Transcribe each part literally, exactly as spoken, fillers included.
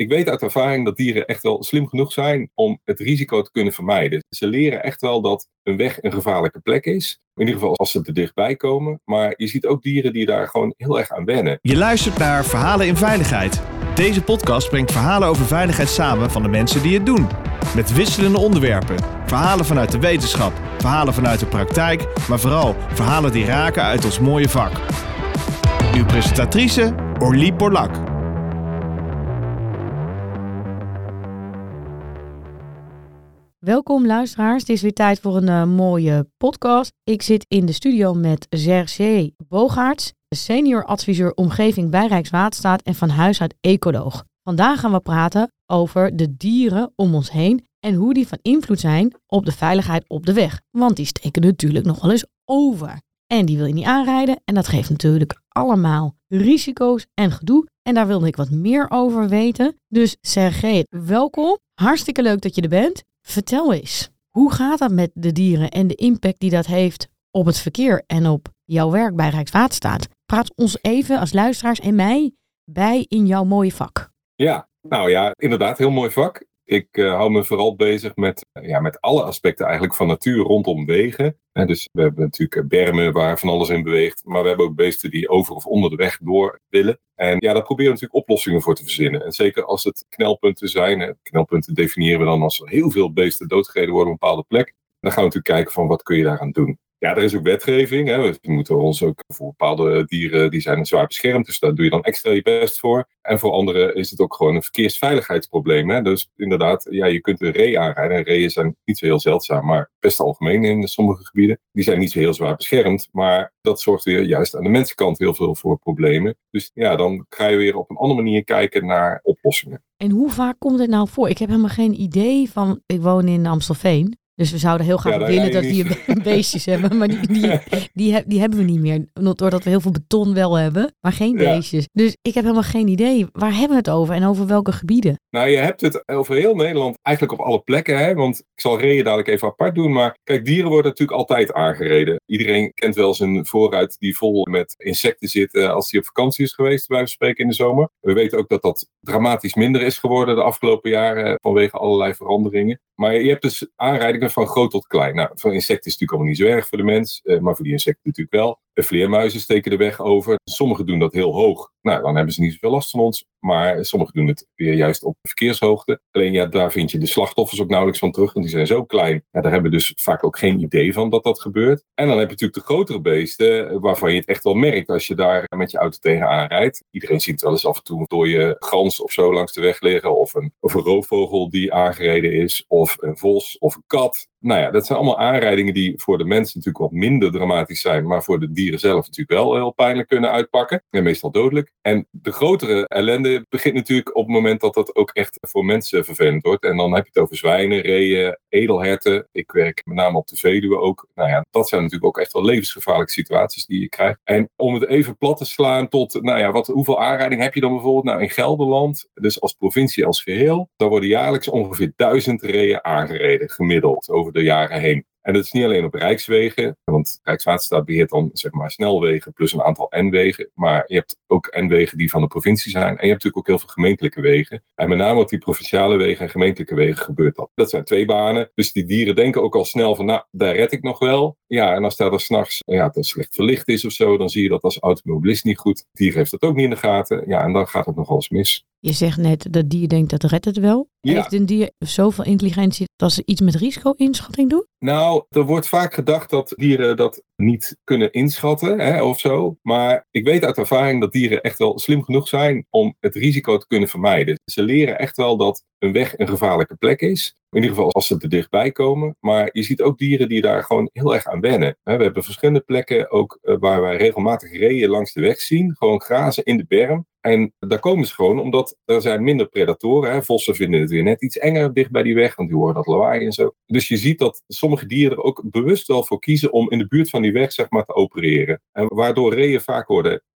ik weet uit ervaring dat dieren echt wel slim genoeg zijn om het risico te kunnen vermijden. Ze leren echt wel dat een weg een gevaarlijke plek is. In ieder geval als ze er dichtbij komen. Maar je ziet ook dieren die daar gewoon heel erg aan wennen. Je luistert naar Verhalen in Veiligheid. Deze podcast brengt verhalen over veiligheid samen van de mensen die het doen. Met wisselende onderwerpen. Verhalen vanuit de wetenschap, verhalen vanuit de praktijk, maar vooral verhalen die raken uit ons mooie vak. Uw presentatrice, Orlie Borlak. Welkom luisteraars, het is weer tijd voor een uh, mooie podcast. Ik zit in de studio met Serge Bogaerts, senior adviseur omgeving bij Rijkswaterstaat en van huis uit ecoloog. Vandaag gaan we praten over de dieren om ons heen en hoe die van invloed zijn op de veiligheid op de weg. Want die steken natuurlijk nog wel eens over. En die wil je niet aanrijden en dat geeft natuurlijk allemaal risico's en gedoe. En daar wilde ik wat meer over weten. Dus Serge, welkom. Hartstikke leuk dat je er bent. Vertel eens, hoe gaat dat met de dieren en de impact die dat heeft op het verkeer en op jouw werk bij Rijkswaterstaat? Praat ons even als luisteraars en mij bij in jouw mooie vak. Ja, nou ja, inderdaad, heel mooi vak. Ik uh, hou me vooral bezig met, uh, ja, met alle aspecten eigenlijk van natuur rondom wegen. Uh, dus we hebben natuurlijk bermen waar van alles in beweegt. Maar we hebben ook beesten die over of onder de weg door willen. En ja, daar proberen we natuurlijk oplossingen voor te verzinnen. En zeker als het knelpunten zijn. Hè, knelpunten definiëren we dan als er heel veel beesten doodgereden worden op een bepaalde plek. Dan gaan we natuurlijk kijken van wat kun je daaraan doen. Ja, er is ook wetgeving. Hè. We moeten ons ook voor bepaalde dieren die zijn zwaar beschermd. Dus daar doe je dan extra je best voor. En voor anderen is het ook gewoon een verkeersveiligheidsprobleem. Hè. Dus inderdaad, ja, je kunt een ree aanrijden. En reeën zijn niet zo heel zeldzaam, maar best algemeen in sommige gebieden. Die zijn niet zo heel zwaar beschermd. Maar dat zorgt weer juist aan de mensenkant heel veel voor problemen. Dus ja, dan ga je weer op een andere manier kijken naar oplossingen. En hoe vaak komt dit nou voor? Ik heb helemaal geen idee van, ik woon in Amstelveen. Dus we zouden heel graag ja, willen dat we hier beestjes hebben. Maar die, die, die, die hebben we niet meer. Doordat we heel veel beton wel hebben. Maar geen beestjes. Ja. Dus ik heb helemaal geen idee. Waar hebben we het over? En over welke gebieden? Nou, je hebt het over heel Nederland. Eigenlijk op alle plekken. Hè? Want ik zal reeën dadelijk even apart doen. Maar kijk, dieren worden natuurlijk altijd aangereden. Iedereen kent wel zijn voorruit die vol met insecten zit. Als hij op vakantie is geweest, bij wijze van spreken in de zomer. We weten ook dat dat dramatisch minder is geworden de afgelopen jaren. Vanwege allerlei veranderingen. Maar je hebt dus aanrijdingen van groot tot klein. Nou, van insecten is natuurlijk allemaal niet zo erg voor de mens. Uh, maar voor die insecten natuurlijk wel. De vleermuizen steken de weg over. Sommigen doen dat heel hoog. Nou, dan hebben ze niet zoveel last van ons. Maar sommigen doen het weer juist op verkeershoogte. Alleen ja, daar vind je de slachtoffers ook nauwelijks van terug. Want die zijn zo klein. Ja, daar hebben we dus vaak ook geen idee van dat dat gebeurt. En dan heb je natuurlijk de grotere beesten. Waarvan je het echt wel merkt als je daar met je auto tegenaan rijdt. Iedereen ziet wel eens af en toe een dode gans of zo langs de weg liggen. Of een, of een roofvogel die aangereden is. Of een vos of een kat. Nou ja, dat zijn allemaal aanrijdingen die voor de mensen natuurlijk wat minder dramatisch zijn. Maar voor de dieren zelf natuurlijk wel heel pijnlijk kunnen uitpakken. En meestal dodelijk. En de grotere ellende begint natuurlijk op het moment dat dat ook echt voor mensen vervelend wordt. En dan heb je het over zwijnen, reeën, edelherten. Ik werk met name op de Veluwe ook. Nou ja, dat zijn natuurlijk ook echt wel levensgevaarlijke situaties die je krijgt. En om het even plat te slaan tot, nou ja, wat, hoeveel aanrijdingen heb je dan bijvoorbeeld? Nou, in Gelderland, dus als provincie als geheel, daar worden jaarlijks ongeveer duizend reeën aangereden, gemiddeld, over de jaren heen. En dat is niet alleen op rijkswegen, want Rijkswaterstaat beheert dan zeg maar snelwegen plus een aantal N-wegen. Maar je hebt ook N-wegen die van de provincie zijn. En je hebt natuurlijk ook heel veel gemeentelijke wegen. En met name op die provinciale wegen en gemeentelijke wegen gebeurt dat. Dat zijn twee banen. Dus die dieren denken ook al snel van, nou, daar red ik nog wel. Ja, en als daar dan s'nachts ja, dat slecht verlicht is of zo, dan zie je dat als automobilist niet goed. Het dier heeft dat ook niet in de gaten. Ja, en dan gaat het nogal eens mis. Je zegt net, dat dier denkt dat redt het wel. Ja. Heeft een dier zoveel intelligentie dat ze iets met risico-inschatting doen? Nou, er wordt vaak gedacht dat dieren dat niet kunnen inschatten hè, of zo. Maar ik weet uit ervaring dat dieren echt wel slim genoeg zijn om het risico te kunnen vermijden. Ze leren echt wel dat een weg een gevaarlijke plek is. In ieder geval als ze er dichtbij komen. Maar je ziet ook dieren die daar gewoon heel erg aan wennen. We hebben verschillende plekken ook waar wij regelmatig reeën langs de weg zien. Gewoon grazen in de berm. En daar komen ze gewoon omdat er zijn minder predatoren. Hè. Vossen vinden het weer net iets enger dicht bij die weg. Want die horen dat lawaai en zo. Dus je ziet dat sommige dieren er ook bewust wel voor kiezen om in de buurt van die weg zeg maar te opereren. En waardoor reeën vaak worden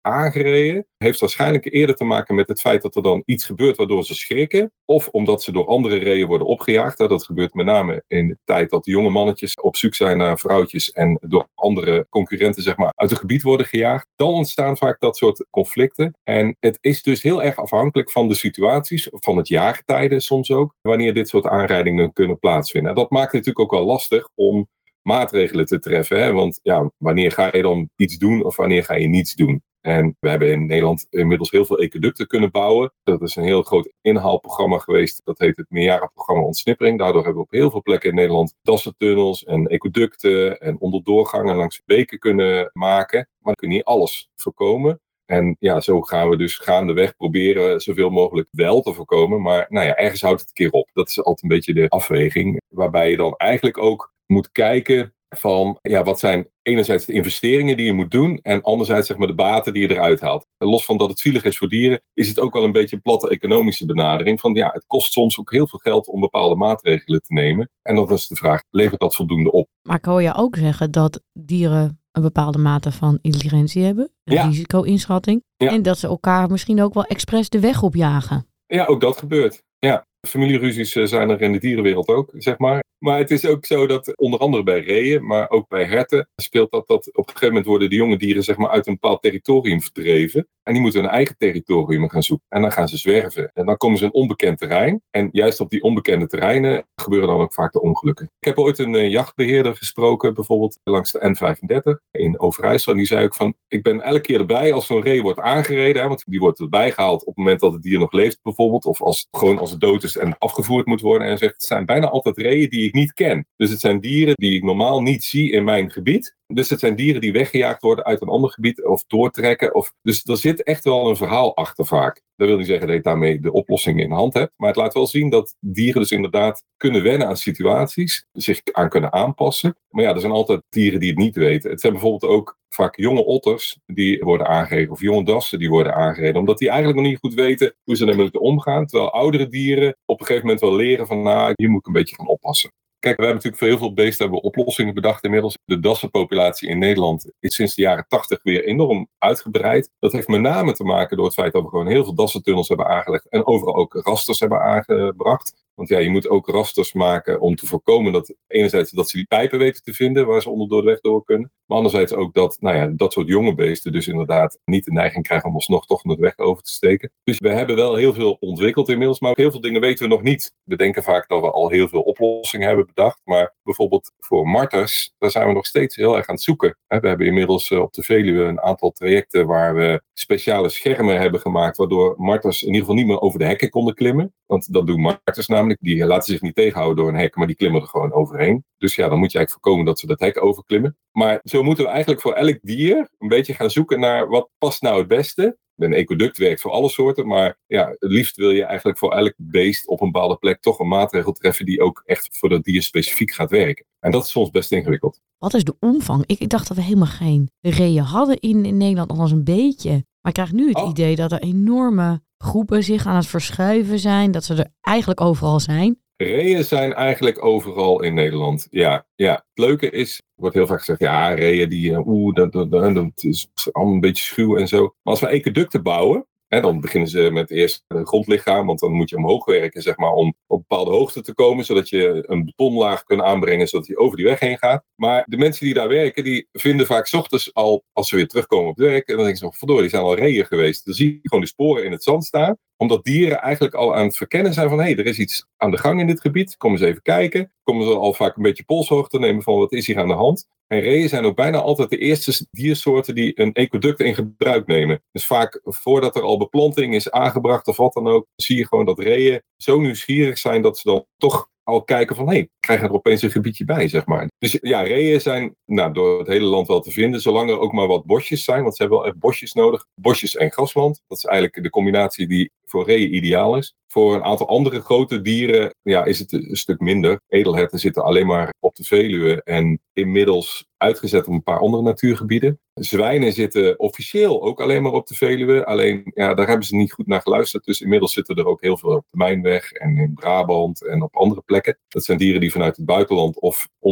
aangereden, heeft waarschijnlijk eerder te maken met het feit dat er dan iets gebeurt waardoor ze schrikken. Of omdat ze door andere reeën worden opgejaagd. Dat gebeurt met name in de tijd dat de jonge mannetjes op zoek zijn naar vrouwtjes en door andere concurrenten zeg maar, uit het gebied worden gejaagd. Dan ontstaan vaak dat soort conflicten. En het is dus heel erg afhankelijk van de situaties, van het jaargetijde soms ook, wanneer dit soort aanrijdingen kunnen plaatsvinden. En dat maakt het natuurlijk ook wel lastig om maatregelen te treffen. Hè? Want ja, wanneer ga je dan iets doen of wanneer ga je niets doen? En we hebben in Nederland inmiddels heel veel ecoducten kunnen bouwen. Dat is een heel groot inhaalprogramma geweest. Dat heet het meerjarenprogramma Ontsnippering. Daardoor hebben we op heel veel plekken in Nederland dassentunnels en ecoducten en onderdoorgangen langs beken kunnen maken. Maar we kunnen niet alles voorkomen. En ja, zo gaan we dus gaandeweg proberen zoveel mogelijk wel te voorkomen. Maar nou ja, ergens houdt het een keer op. Dat is altijd een beetje de afweging. Waarbij je dan eigenlijk ook moet kijken van, ja, wat zijn enerzijds de investeringen die je moet doen en anderzijds zeg maar de baten die je eruit haalt. En los van dat het zielig is voor dieren, is het ook wel een beetje een platte economische benadering van, ja, het kost soms ook heel veel geld om bepaalde maatregelen te nemen. En dan is de vraag, levert dat voldoende op? Maar ik hoor je ook zeggen dat dieren een bepaalde mate van intelligentie hebben, ja. risico-inschatting, ja. en dat ze elkaar misschien ook wel expres de weg opjagen. Ja, ook dat gebeurt. Ja. Familieruzies zijn er in de dierenwereld ook, zeg maar. Maar het is ook zo dat onder andere bij reeën, maar ook bij herten, speelt dat dat op een gegeven moment worden de jonge dieren zeg maar uit een bepaald territorium verdreven. En die moeten hun eigen territorium gaan zoeken. En dan gaan ze zwerven. En dan komen ze in een onbekend terrein. En juist op die onbekende terreinen gebeuren dan ook vaak de ongelukken. Ik heb ooit een uh, jachtbeheerder gesproken, bijvoorbeeld langs de N vijfendertig in Overijssel. En die zei ook van, ik ben elke keer erbij als zo'n ree wordt aangereden. Hè, want die wordt erbij gehaald op het moment dat het dier nog leeft bijvoorbeeld. Of als, gewoon als het dood is en afgevoerd moet worden. En zegt, het zijn bijna altijd reeën die ik niet ken. Dus het zijn dieren die ik normaal niet zie in mijn gebied. Dus het zijn dieren die weggejaagd worden uit een ander gebied of doortrekken. Of, dus er zit echt wel een verhaal achter vaak. Dat wil niet zeggen dat je daarmee de oplossing in hand hebt. Maar het laat wel zien dat dieren dus inderdaad kunnen wennen aan situaties. Zich aan kunnen aanpassen. Maar ja, er zijn altijd dieren die het niet weten. Het zijn bijvoorbeeld ook vaak jonge otters die worden aangereden. Of jonge dassen die worden aangereden. Omdat die eigenlijk nog niet goed weten hoe ze ermee moeten omgaan. Terwijl oudere dieren op een gegeven moment wel leren van, nou, hier moet ik een beetje gaan oppassen. Kijk, we hebben natuurlijk voor heel veel beesten hebben we oplossingen bedacht inmiddels. De dassenpopulatie in Nederland is sinds de jaren tachtig weer enorm uitgebreid. Dat heeft met name te maken door het feit dat we gewoon heel veel dassentunnels hebben aangelegd. En overal ook rasters hebben aangebracht. Want ja, je moet ook rasters maken om te voorkomen dat enerzijds dat ze die pijpen weten te vinden waar ze onder door de weg door kunnen. Maar anderzijds ook dat, nou ja, dat soort jonge beesten dus inderdaad niet de neiging krijgen om alsnog toch de weg over te steken. Dus we hebben wel heel veel ontwikkeld inmiddels, maar ook heel veel dingen weten we nog niet. We denken vaak dat we al heel veel oplossingen hebben bedacht, maar bijvoorbeeld voor marters, daar zijn we nog steeds heel erg aan het zoeken. We hebben inmiddels op de Veluwe een aantal trajecten waar we speciale schermen hebben gemaakt, waardoor marters in ieder geval niet meer over de hekken konden klimmen. Want dat doen marters namelijk, die laten zich niet tegenhouden door een hek, maar die klimmen er gewoon overheen. Dus ja, dan moet je eigenlijk voorkomen dat ze dat hek overklimmen. Maar zo moeten we eigenlijk voor elk dier een beetje gaan zoeken naar wat past nou het beste. Een ecoduct werkt voor alle soorten, maar ja, het liefst wil je eigenlijk voor elk beest op een bepaalde plek toch een maatregel treffen die ook echt voor dat dier specifiek gaat werken. En dat is soms best ingewikkeld. Wat is de omvang? Ik, ik dacht dat we helemaal geen reeën hadden in, in Nederland, althans een beetje. Maar ik krijg nu het oh. idee dat er enorme groepen zich aan het verschuiven zijn, dat ze er eigenlijk overal zijn. Reeën zijn eigenlijk overal in Nederland. Ja, ja. Het leuke is, er wordt heel vaak gezegd, ja, reeën die, oeh, dat, dat, dat, dat is allemaal een beetje schuw en zo. Maar als we ecoducten bouwen, hè, dan beginnen ze met eerst een grondlichaam, want dan moet je omhoog werken, zeg maar, om op een bepaalde hoogte te komen, zodat je een betonlaag kunt aanbrengen, zodat hij over die weg heen gaat. Maar de mensen die daar werken, die vinden vaak 's ochtends al, als ze weer terugkomen op het werk, en dan denken ze, verdorie, die zijn al reeën geweest. Dan zie je gewoon de sporen in het zand staan, omdat dieren eigenlijk al aan het verkennen zijn van, hé, hey, er is iets aan de gang in dit gebied, kom eens even kijken. Komen ze al vaak een beetje polshoogte nemen van, wat is hier aan de hand? En reeën zijn ook bijna altijd de eerste diersoorten die een ecoduct in gebruik nemen. Dus vaak voordat er al beplanting is aangebracht of wat dan ook, zie je gewoon dat reeën zo nieuwsgierig zijn dat ze dan toch al kijken van, hé, hey, krijgen er opeens een gebiedje bij, zeg maar. Dus ja, reeën zijn nou, door het hele land wel te vinden, zolang er ook maar wat bosjes zijn, want ze hebben wel echt bosjes nodig. Bosjes en grasland, dat is eigenlijk de combinatie die voor reeën ideaal is. Voor een aantal andere grote dieren ja, is het een stuk minder. Edelherten zitten alleen maar op de Veluwe en inmiddels uitgezet op een paar andere natuurgebieden. Zwijnen zitten officieel ook alleen maar op de Veluwe. Alleen, ja, daar hebben ze niet goed naar geluisterd. Dus inmiddels zitten er ook heel veel op de Mijnweg en in Brabant en op andere plekken. Dat zijn dieren die vanuit het buitenland of onbewust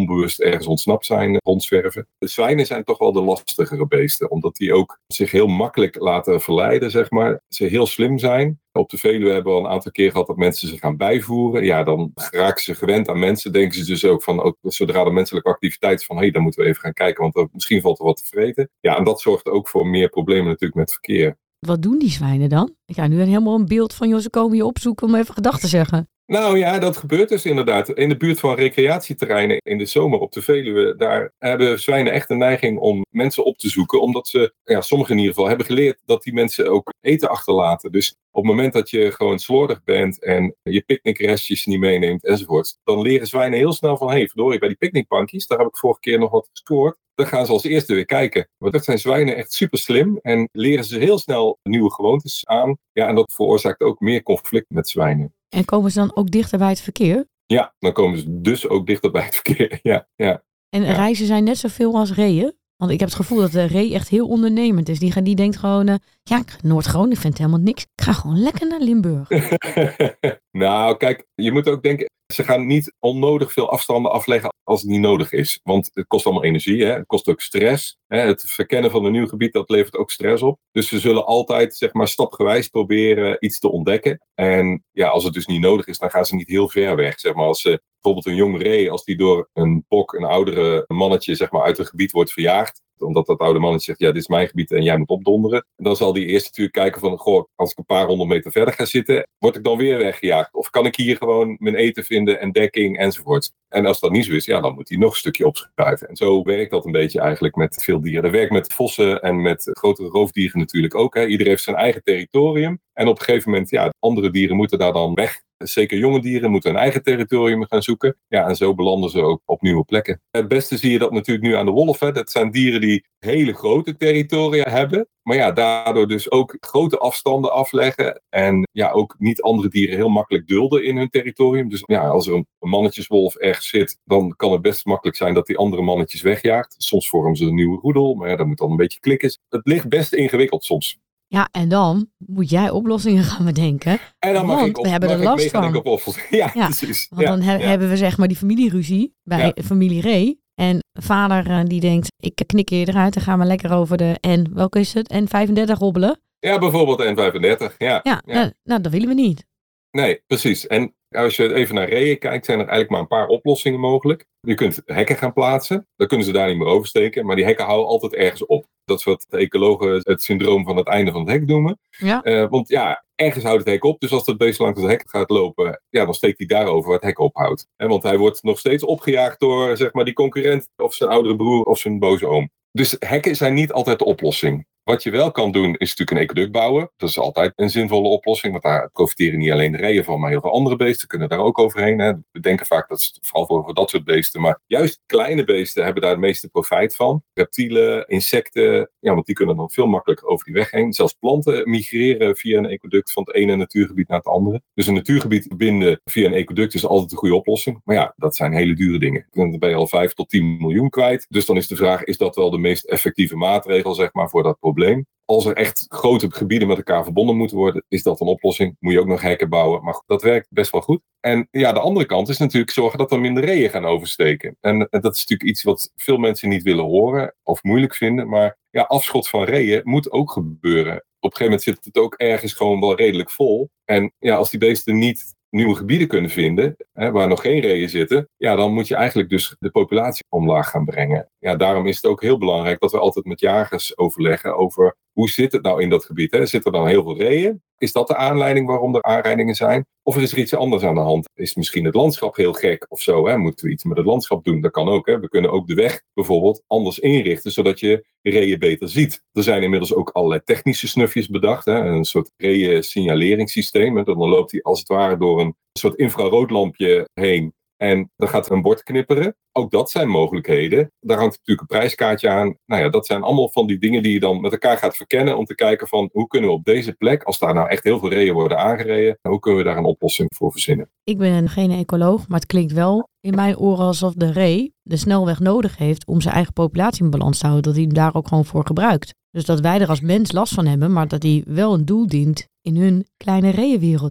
ze ergens ontsnapt zijn, rondzwerven. De zwijnen zijn toch wel de lastigere beesten, omdat die ook zich heel makkelijk laten verleiden, zeg maar. Ze heel slim zijn. Op de Veluwe hebben we al een aantal keer gehad dat mensen ze gaan bijvoeren. Ja, dan raken ze gewend aan mensen. Denken ze dus ook van, ook, zodra de menselijke activiteit is van, hé, hey, dan moeten we even gaan kijken, want er, misschien valt er wat te vreten. Ja, en dat zorgt ook voor meer problemen natuurlijk met verkeer. Wat doen die zwijnen dan? Ik ga nu helemaal een beeld van, joh, ze komen je opzoeken om even gedag te zeggen. Nou ja, dat gebeurt dus inderdaad. In de buurt van recreatieterreinen in de zomer op de Veluwe, daar hebben zwijnen echt een neiging om mensen op te zoeken. Omdat ze, ja, sommigen in ieder geval, hebben geleerd dat die mensen ook eten achterlaten. Dus op het moment dat je gewoon slordig bent en je picknickrestjes niet meeneemt enzovoort, dan leren zwijnen heel snel van, hé, hey, verdorie, bij die picknickbankjes, daar heb ik vorige keer nog wat gescoord. Dan gaan ze als eerste weer kijken. Want dat zijn zwijnen echt super slim en leren ze heel snel nieuwe gewoontes aan. Ja, en dat veroorzaakt ook meer conflict met zwijnen. En komen ze dan ook dichter bij het verkeer? Ja, dan komen ze dus ook dichter bij het verkeer. Ja, ja. En ja. Reizen zijn net zoveel als reeën? Want ik heb het gevoel dat de ree echt heel ondernemend is. Die, die denkt gewoon, uh, ja, Noord-Groningen, ik vind helemaal niks. Ik ga gewoon lekker naar Limburg. Nou, kijk, je moet ook denken, ze gaan niet onnodig veel afstanden afleggen als het niet nodig is. Want het kost allemaal energie, hè? Het kost ook stress. Hè? Het verkennen van een nieuw gebied, dat levert ook stress op. Dus ze zullen altijd, zeg maar, stapgewijs proberen iets te ontdekken. En ja, als het dus niet nodig is, dan gaan ze niet heel ver weg. Zeg maar, als ze bijvoorbeeld een jong ree, als die door een bok, een oudere mannetje, zeg maar, uit een gebied wordt verjaagd, omdat dat oude mannetje zegt, ja, dit is mijn gebied en jij moet opdonderen. En dan zal die eerst natuurlijk kijken van, goh, als ik een paar honderd meter verder ga zitten, word ik dan weer weggejaagd? Of kan ik hier gewoon mijn eten vinden en dekking enzovoort? En als dat niet zo is, ja, dan moet hij nog een stukje opschuiven. En zo werkt dat een beetje eigenlijk met veel dieren. Dat werkt met vossen en met grotere roofdieren natuurlijk ook. Hè. Iedereen heeft zijn eigen territorium. En op een gegeven moment, ja, andere dieren moeten daar dan weg. Zeker jonge dieren moeten hun eigen territorium gaan zoeken. Ja, en zo belanden ze ook op nieuwe plekken. Het beste zie je dat natuurlijk nu aan de wolf. Hè. Dat zijn dieren die hele grote territoria hebben. Maar ja, daardoor dus ook grote afstanden afleggen. En ja, ook niet andere dieren heel makkelijk dulden in hun territorium. Dus ja, als er een mannetjeswolf ergens zit, dan kan het best makkelijk zijn dat die andere mannetjes wegjaagt. Soms vormen ze een nieuwe roedel, maar ja, dat moet dan een beetje klikken. Het ligt best ingewikkeld soms. Ja, en dan moet jij oplossingen gaan bedenken. En dan mag want ik op, we hebben mag er last van. Op ja, ja, precies. Want ja, dan he- ja. hebben we zeg maar die familieruzie bij Ja. familie Ree. En vader uh, die denkt, ik knik je eruit en gaan we lekker over de N, welke is het? N vijfendertig robbelen. Ja, bijvoorbeeld N vijfendertig. Ja, Ja, ja. Nou, nou, dat willen we niet. Nee, precies. En als je even naar reeën kijkt, zijn er eigenlijk maar een paar oplossingen mogelijk. Je kunt hekken gaan plaatsen. Dan kunnen ze daar niet meer oversteken. Maar die hekken houden altijd ergens op. Dat is wat de ecologen het syndroom van het einde van het hek noemen. Ja. Uh, want ja, ergens houdt het hek op. Dus als dat beest langs het hek gaat lopen, ja, dan steekt hij daarover waar het hek ophoudt. En want hij wordt nog steeds opgejaagd door, zeg maar, die concurrent of zijn oudere broer of zijn boze oom. Dus hekken zijn niet altijd de oplossing. Wat je wel kan doen, is natuurlijk een ecoduct bouwen. Dat is altijd een zinvolle oplossing, want daar profiteren niet alleen de reeën van, maar heel veel andere beesten kunnen daar ook overheen. Hè. We denken vaak dat het vooral voor dat soort beesten, maar juist kleine beesten hebben daar het meeste profijt van. Reptielen, insecten, ja, want die kunnen dan veel makkelijker over die weg heen. Zelfs planten migreren via een ecoduct van het ene natuurgebied naar het andere. Dus een natuurgebied verbinden via een ecoduct is altijd een goede oplossing. Maar ja, dat zijn hele dure dingen. Dan ben je al vijf tot tien miljoen kwijt. Dus dan is de vraag, is dat wel de meest effectieve maatregel, zeg maar, voor dat probleem? Als er echt grote gebieden met elkaar verbonden moeten worden, is dat een oplossing. Moet je ook nog hekken bouwen. Maar dat werkt best wel goed. En ja, de andere kant is natuurlijk zorgen dat er minder reeën gaan oversteken. En, en dat is natuurlijk iets wat veel mensen niet willen horen of moeilijk vinden. Maar ja, afschot van reeën moet ook gebeuren. Op een gegeven moment zit het ook ergens gewoon wel redelijk vol. En ja, als die beesten niet nieuwe gebieden kunnen vinden, hè, waar nog geen reeën zitten, ja, dan moet je eigenlijk dus de populatie omlaag gaan brengen. Ja, daarom is het ook heel belangrijk dat we altijd met jagers overleggen over hoe zit het nou in dat gebied. Hè? Zitten er dan heel veel reeën? Is dat de aanleiding waarom er aanrijdingen zijn? Of is er iets anders aan de hand? Is misschien het landschap heel gek of zo? Hè? Moeten we iets met het landschap doen? Dat kan ook. Hè? We kunnen ook de weg bijvoorbeeld anders inrichten, zodat je reeën beter ziet. Er zijn inmiddels ook allerlei technische snufjes bedacht. Hè? Een soort reeën-signaleringssysteem. Hè? Dan loopt hij als het ware door een soort infraroodlampje heen. En dan gaat er een bord knipperen. Ook dat zijn mogelijkheden. Daar hangt natuurlijk een prijskaartje aan. Nou ja, dat zijn allemaal van die dingen die je dan met elkaar gaat verkennen. Om te kijken van hoe kunnen we op deze plek, als daar nou echt heel veel reeën worden aangereden, hoe kunnen we daar een oplossing voor verzinnen. Ik ben geen ecoloog, maar het klinkt wel in mijn oren alsof de ree de snelweg nodig heeft om zijn eigen populatie in balans te houden. Dat hij hem daar ook gewoon voor gebruikt. Dus dat wij er als mens last van hebben, maar dat hij wel een doel dient in hun kleine reeënwereldje.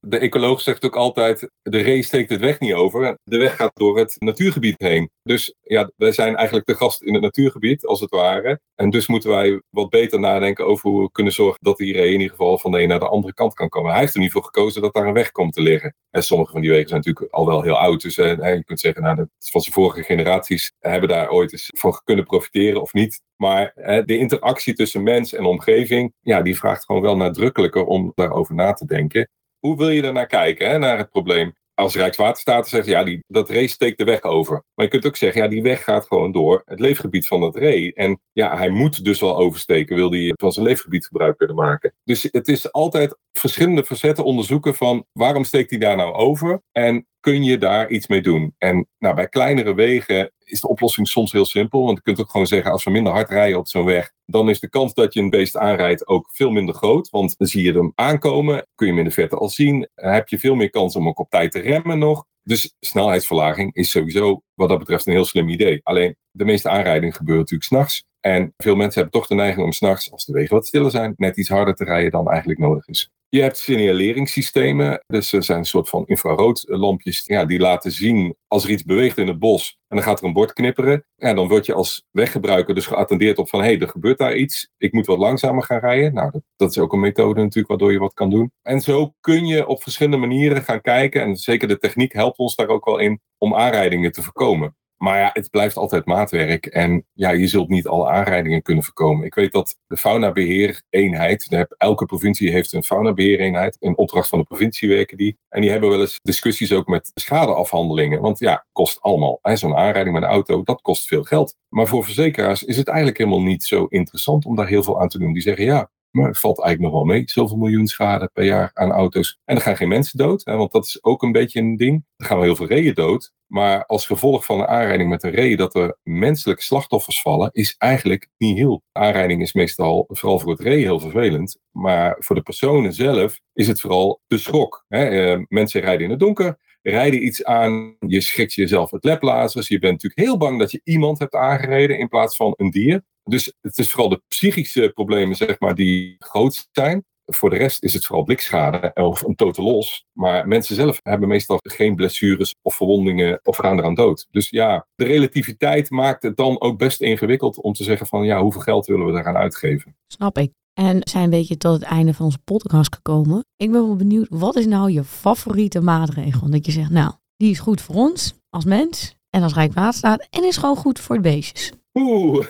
De ecoloog zegt ook altijd, de ree steekt het weg niet over. De weg gaat door het natuurgebied heen. Dus ja, wij zijn eigenlijk de gast in het natuurgebied, als het ware. En dus moeten wij wat beter nadenken over hoe we kunnen zorgen dat die ree in ieder geval van de een naar de andere kant kan komen. Hij heeft er niet voor gekozen dat daar een weg komt te liggen. En sommige van die wegen zijn natuurlijk al wel heel oud. Dus eh, je kunt zeggen, nou, dat is van zijn vorige generaties hebben daar ooit eens van kunnen profiteren of niet. Maar eh, de interactie tussen mens en omgeving, ja, die vraagt gewoon wel nadrukkelijker om daarover na te denken. Hoe wil je er naar kijken, hè, naar het probleem? Als Rijkswaterstaat zegt, ja, die, dat ree steekt de weg over. Maar je kunt ook zeggen, ja, die weg gaat gewoon door het leefgebied van dat ree. En ja, hij moet dus wel oversteken, wil hij van zijn leefgebied gebruik kunnen maken. Dus het is altijd verschillende facetten onderzoeken van, waarom steekt hij daar nou over? En kun je daar iets mee doen? En nou, bij kleinere wegen is de oplossing soms heel simpel. Want je kunt ook gewoon zeggen, als we minder hard rijden op zo'n weg, dan is de kans dat je een beest aanrijdt ook veel minder groot. Want dan zie je hem aankomen, kun je hem in de verte al zien. Dan heb je veel meer kans om ook op tijd te remmen nog. Dus snelheidsverlaging is sowieso wat dat betreft een heel slim idee. Alleen de meeste aanrijdingen gebeuren natuurlijk 's nachts. En veel mensen hebben toch de neiging om 's nachts, als de wegen wat stiller zijn, net iets harder te rijden dan eigenlijk nodig is. Je hebt signaleringssystemen, dus er zijn een soort van infraroodlampjes ja, die laten zien als er iets beweegt in het bos en dan gaat er een bord knipperen. En dan word je als weggebruiker dus geattendeerd op van hé, hey, er gebeurt daar iets, ik moet wat langzamer gaan rijden. Nou, dat, dat is ook een methode natuurlijk waardoor je wat kan doen. En zo kun je op verschillende manieren gaan kijken en zeker de techniek helpt ons daar ook wel in om aanrijdingen te voorkomen. Maar ja, het blijft altijd maatwerk en ja, je zult niet alle aanrijdingen kunnen voorkomen. Ik weet dat de faunabeheereenheid, elke provincie heeft een faunabeheereenheid, in opdracht van de provincie werken die. En die hebben wel eens discussies ook met schadeafhandelingen, want ja, kost allemaal. Zo'n aanrijding met een auto, dat kost veel geld. Maar voor verzekeraars is het eigenlijk helemaal niet zo interessant om daar heel veel aan te doen. Die zeggen ja, maar het valt eigenlijk nog wel mee. Zoveel miljoen schade per jaar aan auto's. En er gaan geen mensen dood, hè, want dat is ook een beetje een ding. Er gaan wel heel veel reeën dood. Maar als gevolg van een aanrijding met een ree dat er menselijke slachtoffers vallen, is eigenlijk niet heel. Aanrijding is meestal, vooral voor het ree, heel vervelend. Maar voor de personen zelf is het vooral de schok. Hè. Uh, mensen rijden in het donker, rijden iets aan, je schrikt jezelf het leplazers. Je bent natuurlijk heel bang dat je iemand hebt aangereden in plaats van een dier. Dus het is vooral de psychische problemen, zeg maar, die groot zijn. Voor de rest is het vooral blikschade of een totaal los. Maar mensen zelf hebben meestal geen blessures of verwondingen of gaan eraan dood. Dus ja, de relativiteit maakt het dan ook best ingewikkeld om te zeggen van ja, hoeveel geld willen we daaraan uitgeven? Snap ik. En we zijn een beetje tot het einde van onze podcast gekomen. Ik ben wel benieuwd, wat is nou je favoriete maatregel? Dat je zegt, nou, die is goed voor ons als mens en als Rijkswaterstaat en is gewoon goed voor de beestjes. Oeh,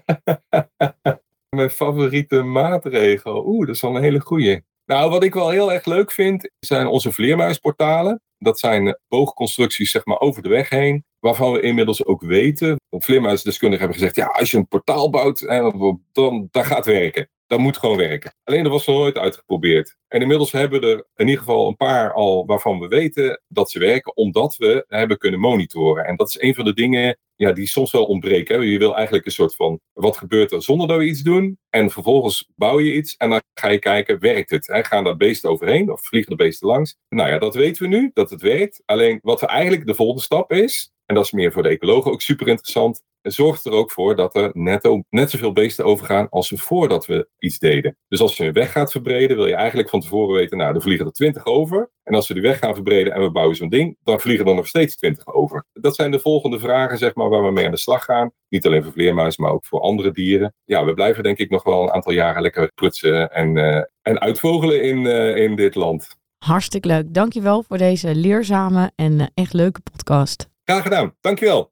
mijn favoriete maatregel. Oeh, dat is wel een hele goeie. Nou, wat ik wel heel erg leuk vind, zijn onze vleermuisportalen. Dat zijn boogconstructies, zeg maar, over de weg heen, waarvan we inmiddels ook weten. Vleermuisdeskundigen hebben gezegd, ja, als je een portaal bouwt, dan dat gaat werken. Dat moet gewoon werken. Alleen dat was nog nooit uitgeprobeerd. En inmiddels hebben we er in ieder geval een paar al waarvan we weten dat ze werken, omdat we hebben kunnen monitoren. En dat is een van de dingen ja, die soms wel ontbreken. Hè. Je wil eigenlijk een soort van, wat gebeurt er zonder dat we iets doen? En vervolgens bouw je iets en dan ga je kijken, werkt het? Hè? Gaan daar beesten overheen of vliegen de beesten langs? Nou ja, dat weten we nu, dat het werkt. Alleen wat we eigenlijk de volgende stap is, en dat is meer voor de ecologen ook super interessant, zorgt er ook voor dat er netto net zoveel beesten overgaan als we voordat we iets deden. Dus als je een weg gaat verbreden, wil je eigenlijk van tevoren weten, nou, er vliegen er twintig over. En als we die weg gaan verbreden en we bouwen zo'n ding, dan vliegen er nog steeds twintig over. Dat zijn de volgende vragen, zeg maar, waar we mee aan de slag gaan. Niet alleen voor vleermuizen, maar ook voor andere dieren. Ja, we blijven denk ik nog wel een aantal jaren lekker prutsen en, uh, en uitvogelen in, uh, in dit land. Hartstikke leuk. Dankjewel voor deze leerzame en uh, echt leuke podcast. Graag gedaan. Dankjewel.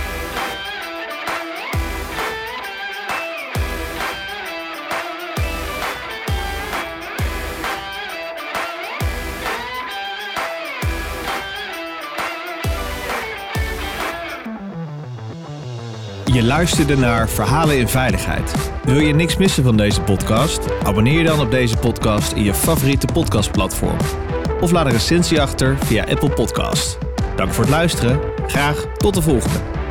Je luisterde naar Verhalen in Veiligheid. Wil je niks missen van deze podcast? Abonneer je dan op deze podcast in je favoriete podcastplatform. Of laat een recensie achter via Apple Podcasts. Dank voor het luisteren. Graag tot de volgende.